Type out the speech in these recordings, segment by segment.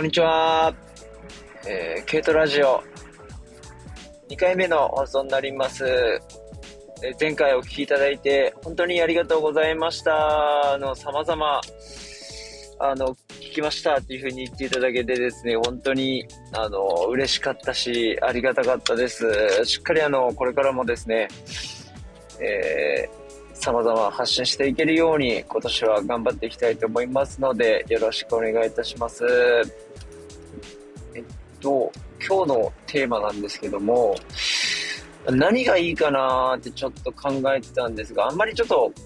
んにちは。ケイトラジオ2回目の放送になります。前回お聞きいただいて本当にありがとうございました。様々聞きましたっていう風に言っていただけてですね、本当に嬉しかったしありがたかったです。しっかりこれからもですね、様々発信していけるように今年は頑張っていきたいと思いますので、よろしくお願いいたします。今日のテーマなんですけども、何がいいかなーってちょっと考えてたんですが、あんまりちょっと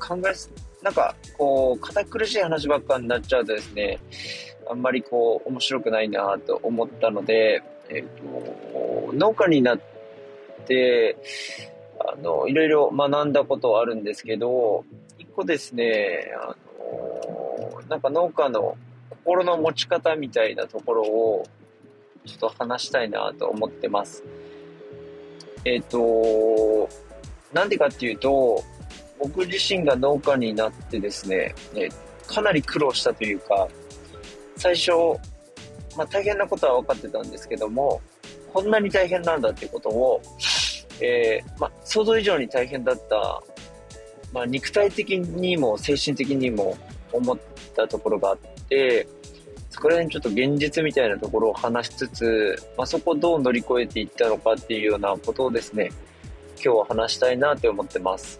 堅苦しい話ばっかになっちゃうとですね、あんまり面白くないなと思ったので、農家になっていろいろ学んだことはあるんですけど、一個ですね、農家の心の持ち方みたいなところをちょっと話したいなと思ってます。なんでかっていうと、僕自身が農家になってですね、かなり苦労したというか、最初、大変なことは分かってたんですけども、こんなに大変なんだっていうことを、想像以上に大変だった、肉体的にも精神的にも思ったところがあって、そこら辺ちょっと現実みたいなところを話しつつ、そこをどう乗り越えていったのかっていうようなことをですね、今日は話したいなって思ってます。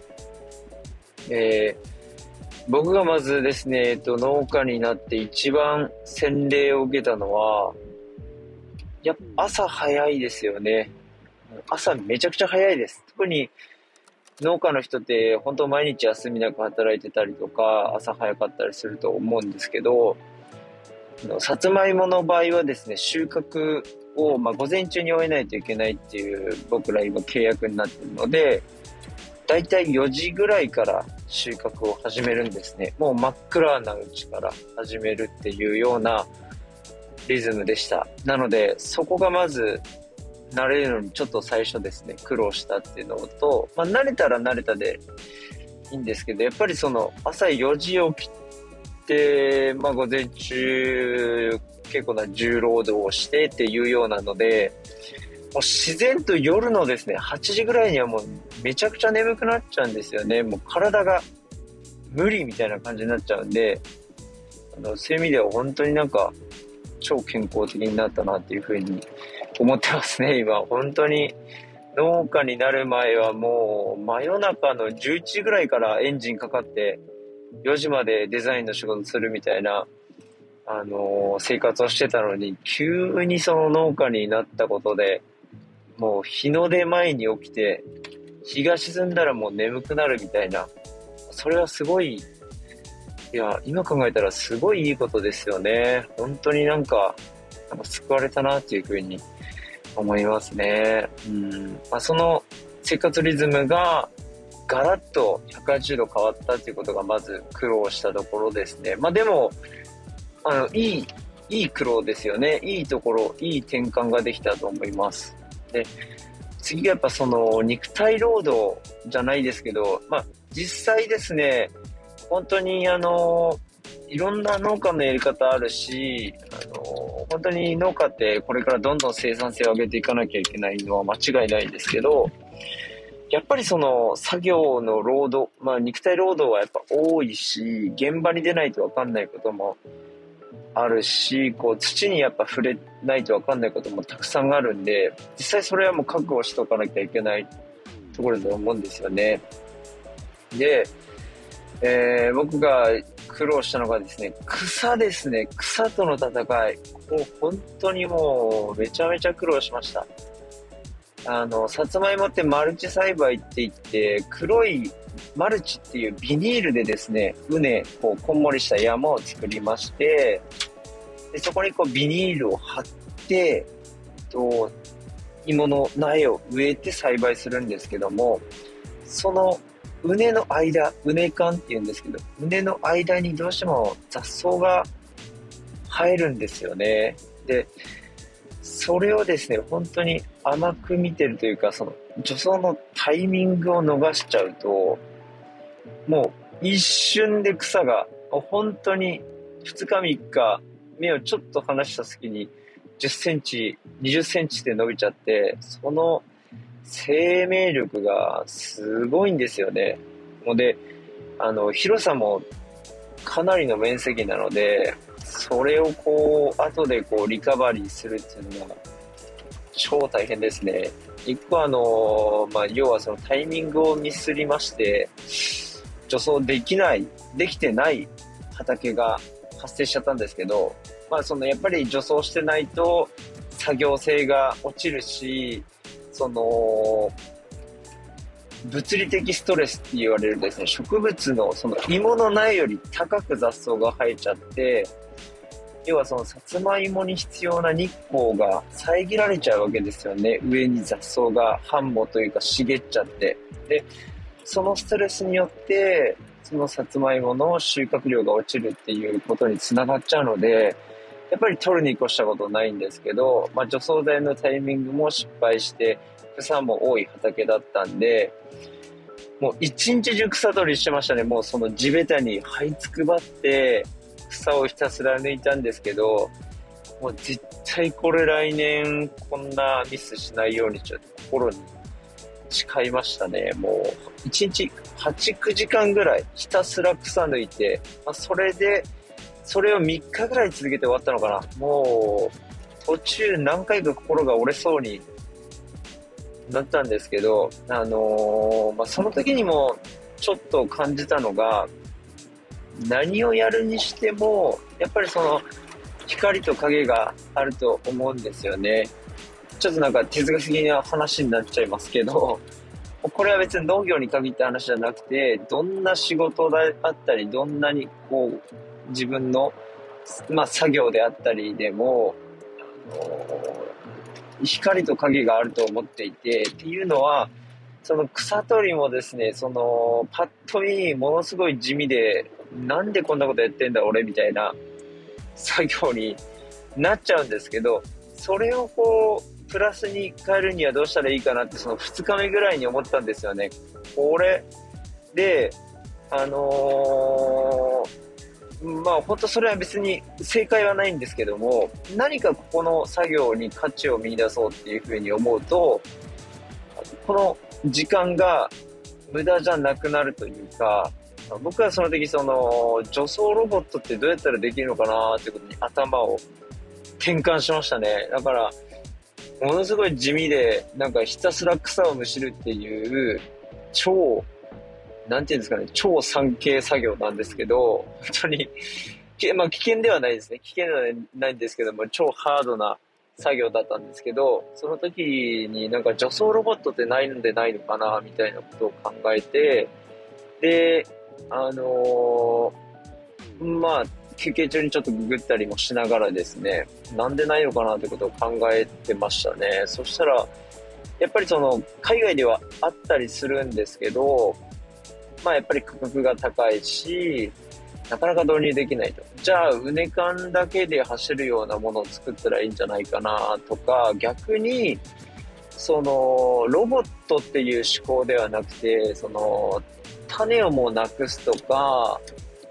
僕がまずですね、農家になって一番洗礼を受けたのは、やっぱ朝早いですよね。朝めちゃくちゃ早いです。特に農家の人って本当毎日休みなく働いてたりとか、朝早かったりすると思うんですけど、さつまいもの場合はですね、収穫を午前中に終えないといけないっていう僕ら今契約になっているので、だいたい4時ぐらいから収穫を始めるんですね。もう真っ暗なうちから始めるっていうようなリズムでした。なのでそこがまず慣れるのにちょっと最初ですね、苦労したっていうのと、慣れたら慣れたでいいんですけど、やっぱりその朝4時起きて、午前中結構な重労働をしてっていうようなので、もう自然と夜のですね、8時ぐらいにはもうめちゃくちゃ眠くなっちゃうんですよね。もう体が無理みたいな感じになっちゃうんで、そういう意味では本当に超健康的になったなっていうふうに思ってますね、今。本当に農家になる前はもう真夜中の11時ぐらいからエンジンかかって4時までデザインの仕事するみたいな、生活をしてたのに、急にその農家になったことで、もう日の出前に起きて、日が沈んだらもう眠くなるみたいな、それはすごい、今考えたらすごいいいことですよね。本当に救われたなっていうふうに思いますね。その生活リズムがガラッと180度変わったっていうことがまず苦労したところですね。でもいい苦労ですよね。いいところ、いい転換ができたと思います。で、次がやっぱその肉体労働じゃないですけど、実際ですね、本当にいろんな農家のやり方あるし、本当に農家ってこれからどんどん生産性を上げていかなきゃいけないのは間違いないんですけど、やっぱりその作業の労働、肉体労働はやっぱ多いし、現場に出ないと分かんないこともあるし、土にやっぱ触れないと分かんないこともたくさんあるんで、実際それはもう覚悟しとかなきゃいけないところだと思うんですよね。で、僕が苦労したのがですね、草ですね。草との戦い。もう本当にもうめちゃめちゃ苦労しました。さつまいもってマルチ栽培って言って、黒いマルチっていうビニールでですね、こんもりした山を作りまして、でそこにビニールを貼って、芋の苗を植えて栽培するんですけども、その畝の間、畝間って言うんですけど、畝の間にどうしても雑草が生えるんですよね。で、それをですね、本当に甘く見てるというか、その除草のタイミングを逃しちゃうと、もう一瞬で草が本当に2日3日目をちょっと離した隙に10センチ、20センチで伸びちゃって、その生命力がすごいんですよね。で、広さもかなりの面積なので、それを後でリカバリーするっていうのが超大変ですね。一個要はそのタイミングをミスりまして、除草できてない畑が発生しちゃったんですけど、やっぱり除草してないと作業性が落ちるし、物理的ストレスって言われるですね、植物のその芋の苗より高く雑草が生えちゃって、要はそのさつまいもに必要な日光が遮られちゃうわけですよね。上に雑草が繁茂というか茂っちゃって。で、そのストレスによって、そのさつまいもの収穫量が落ちるっていうことにつながっちゃうので、やっぱり取るに越したことないんですけど、除草剤のタイミングも失敗して、草も多い畑だったんで、もう一日中草取りしてましたね。もうその地べたに這いつくばって草をひたすら抜いたんですけど、もう絶対これ来年こんなミスしないようにちょっと心に誓いましたね。もう一日8、9時間ぐらいひたすら草抜いて、それを3日ぐらい続けて終わったのかな。もう途中何回か心が折れそうになったんですけど、その時にもちょっと感じたのが、何をやるにしてもやっぱりその光と影があると思うんですよね。ちょっとなんか哲学的な話になっちゃいますけど、これは別に農業に限った話じゃなくて、どんな仕事であったり、どんなに自分の作業であったりでも、光と影があると思っていて、っていうのは、その草取りもですね、パッと見ものすごい地味で、なんでこんなことやってんだ俺みたいな作業になっちゃうんですけど、それをプラスに変えるにはどうしたらいいかなって、その2日目ぐらいに思ったんですよね。これで、本当それは別に正解はないんですけども、何かここの作業に価値を見出そうっていうふうに思うと、この時間が無駄じゃなくなるというか、僕はその時除草ロボットってどうやったらできるのかなっていうことに頭を転換しましたね。だからものすごい地味で、なんかひたすら草をむしるっていうなんていうんですかね、超産経作業なんですけど、本当に危険ではないですね。危険ではないんですけども、超ハードな作業だったんですけど、その時になんか除草ロボットってないんでないのかなみたいなことを考えて、で、休憩中にちょっとググったりもしながらですね、なんでないのかなってことを考えてましたね。そしたら、やっぱり海外ではあったりするんですけど、やっぱり価格が高いし、なかなか導入できないと。じゃあ、ウネ缶だけで走るようなものを作ったらいいんじゃないかなとか、逆に、ロボットっていう思考ではなくて、種をもうなくすとか、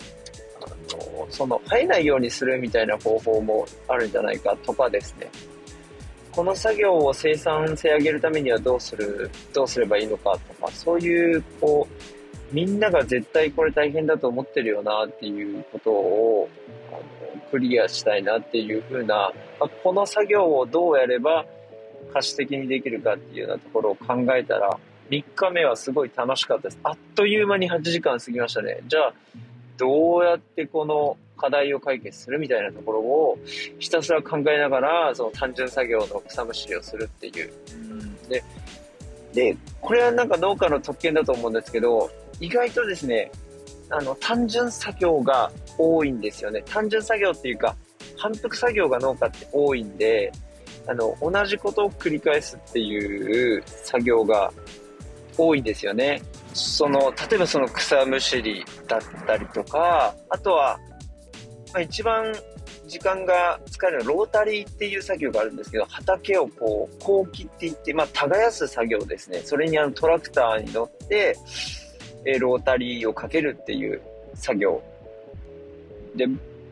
生えないようにするみたいな方法もあるんじゃないかとかですね。この作業を生産性上げるためにはどうすればいいのかとか、そういうみんなが絶対これ大変だと思ってるよなっていうことをクリアしたいなっていう風な、この作業をどうやれば可視的にできるかっていうようなところを考えたら、3日目はすごい楽しかったです。あっという間に8時間過ぎましたね。じゃあどうやってこの課題を解決するみたいなところをひたすら考えながら、その単純作業の草むしりをするっていう。で、これはなんか農家の特権だと思うんですけど、意外とですね、単純作業が多いんですよね。単純作業っていうか、反復作業が農家って多いんで、同じことを繰り返すっていう作業が多いんですよね。例えば草むしりだったりとか、あとは、一番時間が使えるのはロータリーっていう作業があるんですけど、畑を耕起って言って、耕す作業ですね。それにトラクターに乗って、ロータリーをかけるっていう作業。で、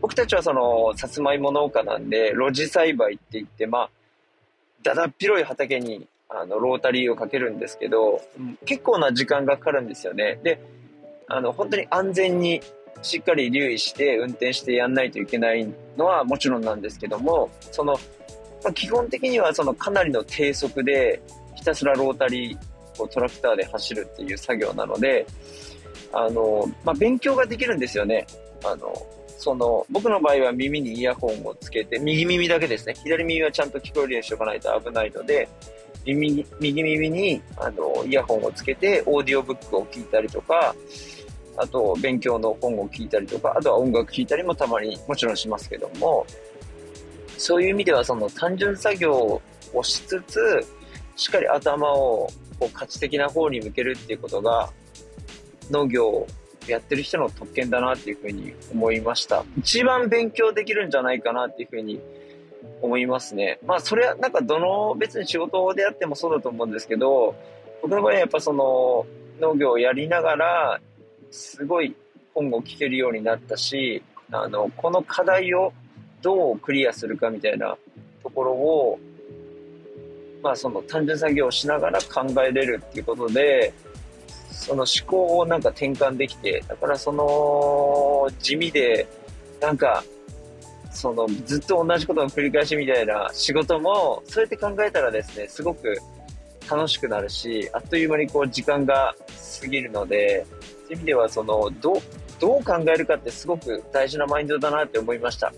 僕たちはさつまいも農家なんで、露地栽培って言って、だだっ広い畑に、ロータリーをかけるんですけど、結構な時間がかかるんですよね。で、本当に安全にしっかり留意して運転してやんないといけないのはもちろんなんですけども、基本的にはかなりの低速でひたすらロータリーをトラクターで走るっていう作業なので、勉強ができるんですよね。僕の場合は耳にイヤホンをつけて、右耳だけですね。左耳はちゃんと聞こえるようにしておかないと危ないので、右耳にイヤホンをつけてオーディオブックを聞いたりとか、あと勉強の本を聞いたりとか、あとは音楽聞いたりもたまにもちろんしますけども、そういう意味では単純作業をしつつ、しっかり頭を価値的な方に向けるっていうことが農業をやってる人の特権だなっていうふうに思いました。一番勉強できるんじゃないかなっていうふうに思いますね。それは別に仕事であってもそうだと思うんですけど、僕の場合はやっぱ農業をやりながらすごい本を聞けるようになったし、この課題をどうクリアするかみたいなところを単純作業をしながら考えれるっていうことで、思考を転換できて、だから地味でずっと同じことの繰り返しみたいな仕事もそうやって考えたらですね、すごく楽しくなるし、あっという間に時間が過ぎるので、そういう意味ではどう考えるかってすごく大事なマインドだなって思いました。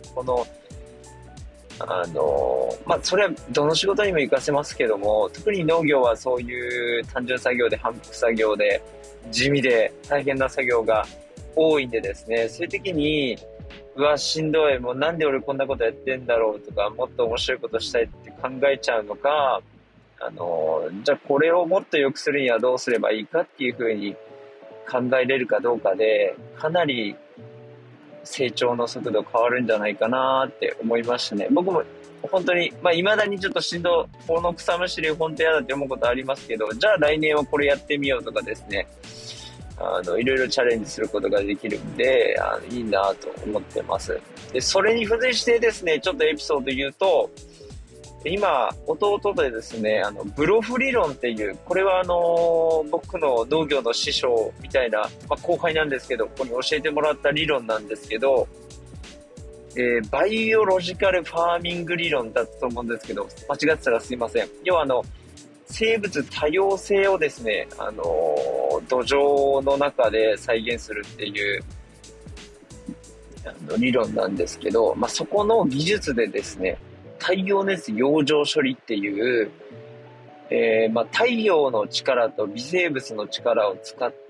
それはどの仕事にも活かせますけども、特に農業はそういう単純作業で反復作業で地味で大変な作業が多いんでですね、そういう時にしんどい、もうなんで俺こんなことやってんだろうとか、もっと面白いことしたいって考えちゃうのか、じゃあこれをもっと良くするにはどうすればいいかっていうふうに考えれるかどうかで、かなり成長の速度変わるんじゃないかなって思いましたね。僕も本当に、未だにちょっとこの草むしり本当嫌だって思うことありますけど、じゃあ来年はこれやってみようとかですね、いろいろチャレンジすることができるんで、いいなと思ってます。で、それに付随してですね、ちょっとエピソード言うと、今、弟でですね、ブロフ理論っていう、これは僕の農業の師匠みたいな、後輩なんですけど、ここに教えてもらった理論なんですけど、バイオロジカルファーミング理論だったと思うんですけど、間違ってたらすいません。要は生物多様性をですね、土壌の中で再現するっていう理論なんですけど、そこの技術でですね、太陽熱養生処理っていう、太陽の力と微生物の力を使って、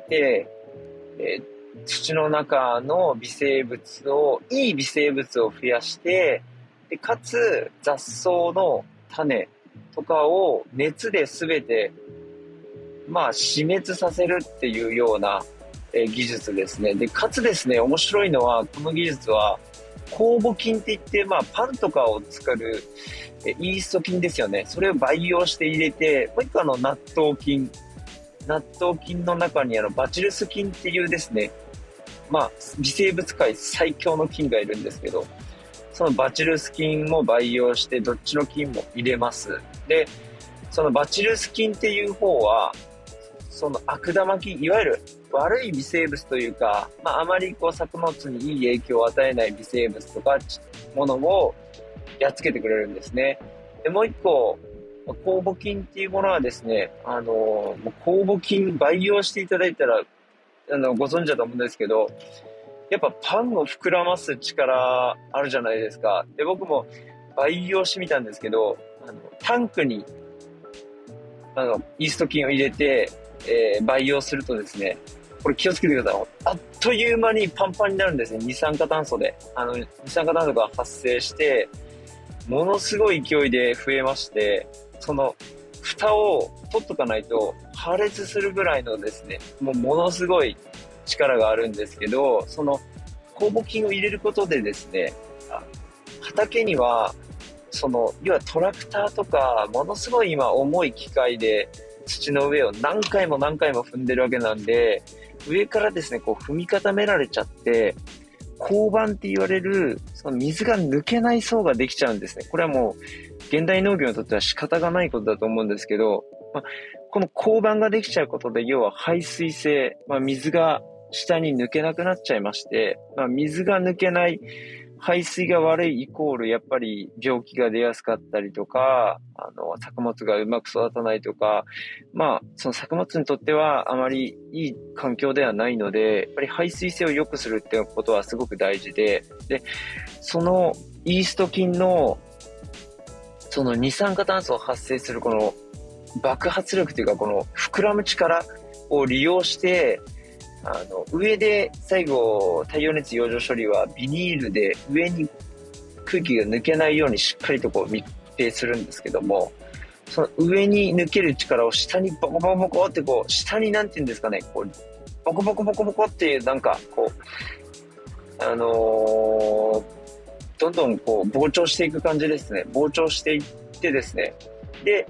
土の中のいい微生物を増やして、でかつ雑草の種とかを熱で全て死滅させるっていうような技術ですね。でかつですね、面白いのはこの技術は酵母菌って言って、パンとかを作るイースト菌ですよね。それを培養して入れて、もう一個納豆菌の中にバチルス菌っていうですね、微生物界最強の菌がいるんですけど、そのバチルス菌も培養してどっちの菌も入れます。で、そのバチルス菌っていう方は、その悪玉菌、いわゆる悪い微生物というか、あまり作物にいい影響を与えない微生物とかものをやっつけてくれるんですね。で、もう一個、酵母菌っていうものはですね、酵母菌培養していただいたら、ご存知だと思うんですけど、やっぱパンを膨らます力あるじゃないですか。で、僕も培養してみたんですけど、タンクに、イースト菌を入れて、培養するとですね、これ気をつけてください。あっという間にパンパンになるんですね。二酸化炭素で。二酸化炭素が発生して、ものすごい勢いで増えまして、その蓋を取っとかないと破裂するぐらいのですね、ものすごい力があるんですけど、その酵母菌を入れることでですね、畑には要はトラクターとかものすごい今重い機械で土の上を何回も何回も踏んでるわけなんで、上からですね、踏み固められちゃって、 溝板って言われる、その水が抜けない層ができちゃうんですね。これはもう、現代農業にとっては仕方がないことだと思うんですけど、この溝板ができちゃうことで、要は排水性、水が下に抜けなくなっちゃいまして、水が抜けない、排水が悪いイコール、やっぱり病気が出やすかったりとか、作物がうまく育たないとか、その作物にとってはあまりいい環境ではないので、やっぱり排水性を良くするっていうことはすごく大事で、そのイースト菌の、その二酸化炭素を発生するこの爆発力というか、この膨らむ力を利用して、上で最後太陽熱養生処理はビニールで上に空気が抜けないようにしっかりと密閉するんですけども、その上に抜ける力を下にボコボコボコって下になんていうんですかね、ボコボコボコボコっていうどんどん膨張していく感じですね。膨張していってですね。で、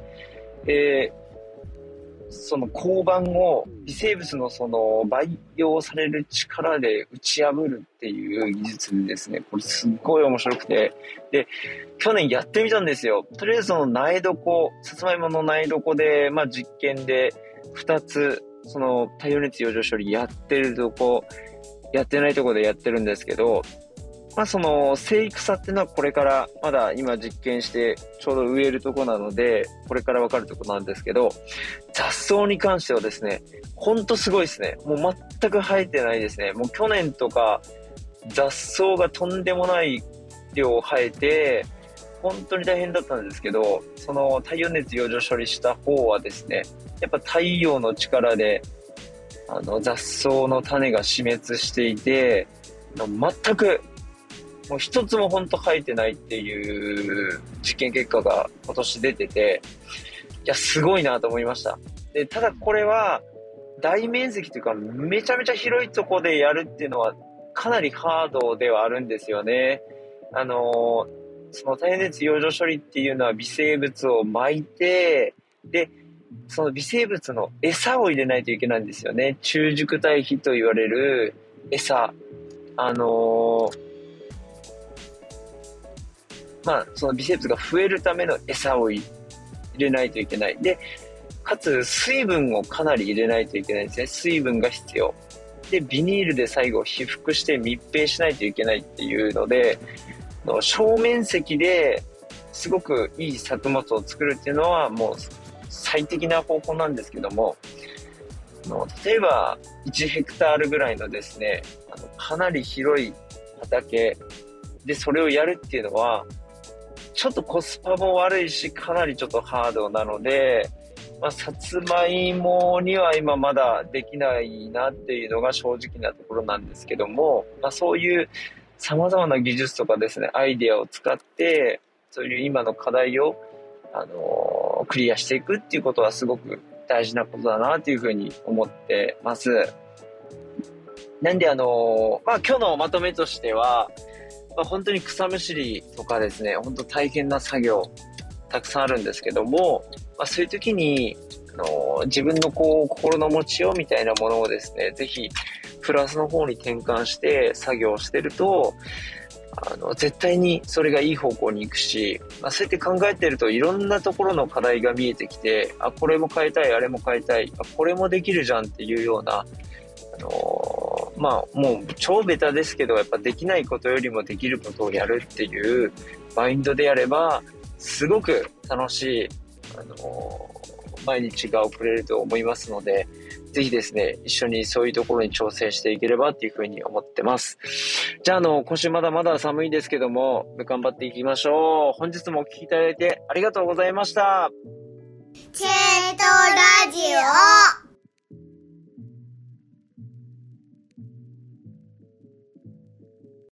その溝板を微生物のその培養される力で打ち破るっていう技術ですね。これすっごい面白くて。で、去年やってみたんですよ。とりあえずその苗床、さつまいもの苗床で、実験で2つ、その太陽熱養生処理やってるとこ、やってないとこでやってるんですけど、その生育差っていうのはこれからまだ今実験してちょうど植えるとこなので、これから分かるとこなんですけど、雑草に関してはですね、ほんとすごいですね。もう全く生えてないですね。もう去年とか雑草がとんでもない量生えて、本当に大変だったんですけど、その太陽熱養生処理した方はですね、やっぱ太陽の力で雑草の種が死滅していて、全くもう一つも本当生えてないっていう実験結果が今年出てて、いや、すごいなと思いました。で、ただこれは大面積というかめちゃめちゃ広いとこでやるっていうのはかなりハードではあるんですよね。その太陽熱養生処理っていうのは微生物を巻いて、で、その微生物の餌を入れないといけないんですよね。中熟堆肥と言われる餌。その微生物が増えるための餌を入れないといけない。で、かつ水分をかなり入れないといけないんですね。水分が必要。で、ビニールで最後被覆して密閉しないといけないっていうので、小面積ですごくいい作物を作るっていうのはもう最適な方法なんですけども、例えば1ヘクタールぐらいのですね、かなり広い畑でそれをやるっていうのは、ちょっとコスパも悪いし、かなりちょっとハードなので、さつまいもには今まだできないなっていうのが正直なところなんですけども、そういう様々な技術とかですね、アイデアを使って、そういう今の課題を、クリアしていくっていうことはすごく大事なことだなというふうに思ってます。なんで今日のまとめとしては、本当に草むしりとかですね、本当大変な作業たくさんあるんですけども、そういう時に自分の心の持ちようみたいなものをですね、ぜひプラスの方に転換して作業してると、絶対にそれがいい方向に行くし、そうやって考えてるといろんなところの課題が見えてきて、これも変えたい、あれも変えたい、これもできるじゃんっていうような、もう超ベタですけど、やっぱできないことよりもできることをやるっていうマインドでやれば、すごく楽しい、毎日が送れると思いますので、ぜひですね、一緒にそういうところに挑戦していければっていうふうに思ってます。じゃあ今週まだまだ寒いですけども、頑張っていきましょう。本日もお聞きいただいてありがとうございました。 チェートラジオ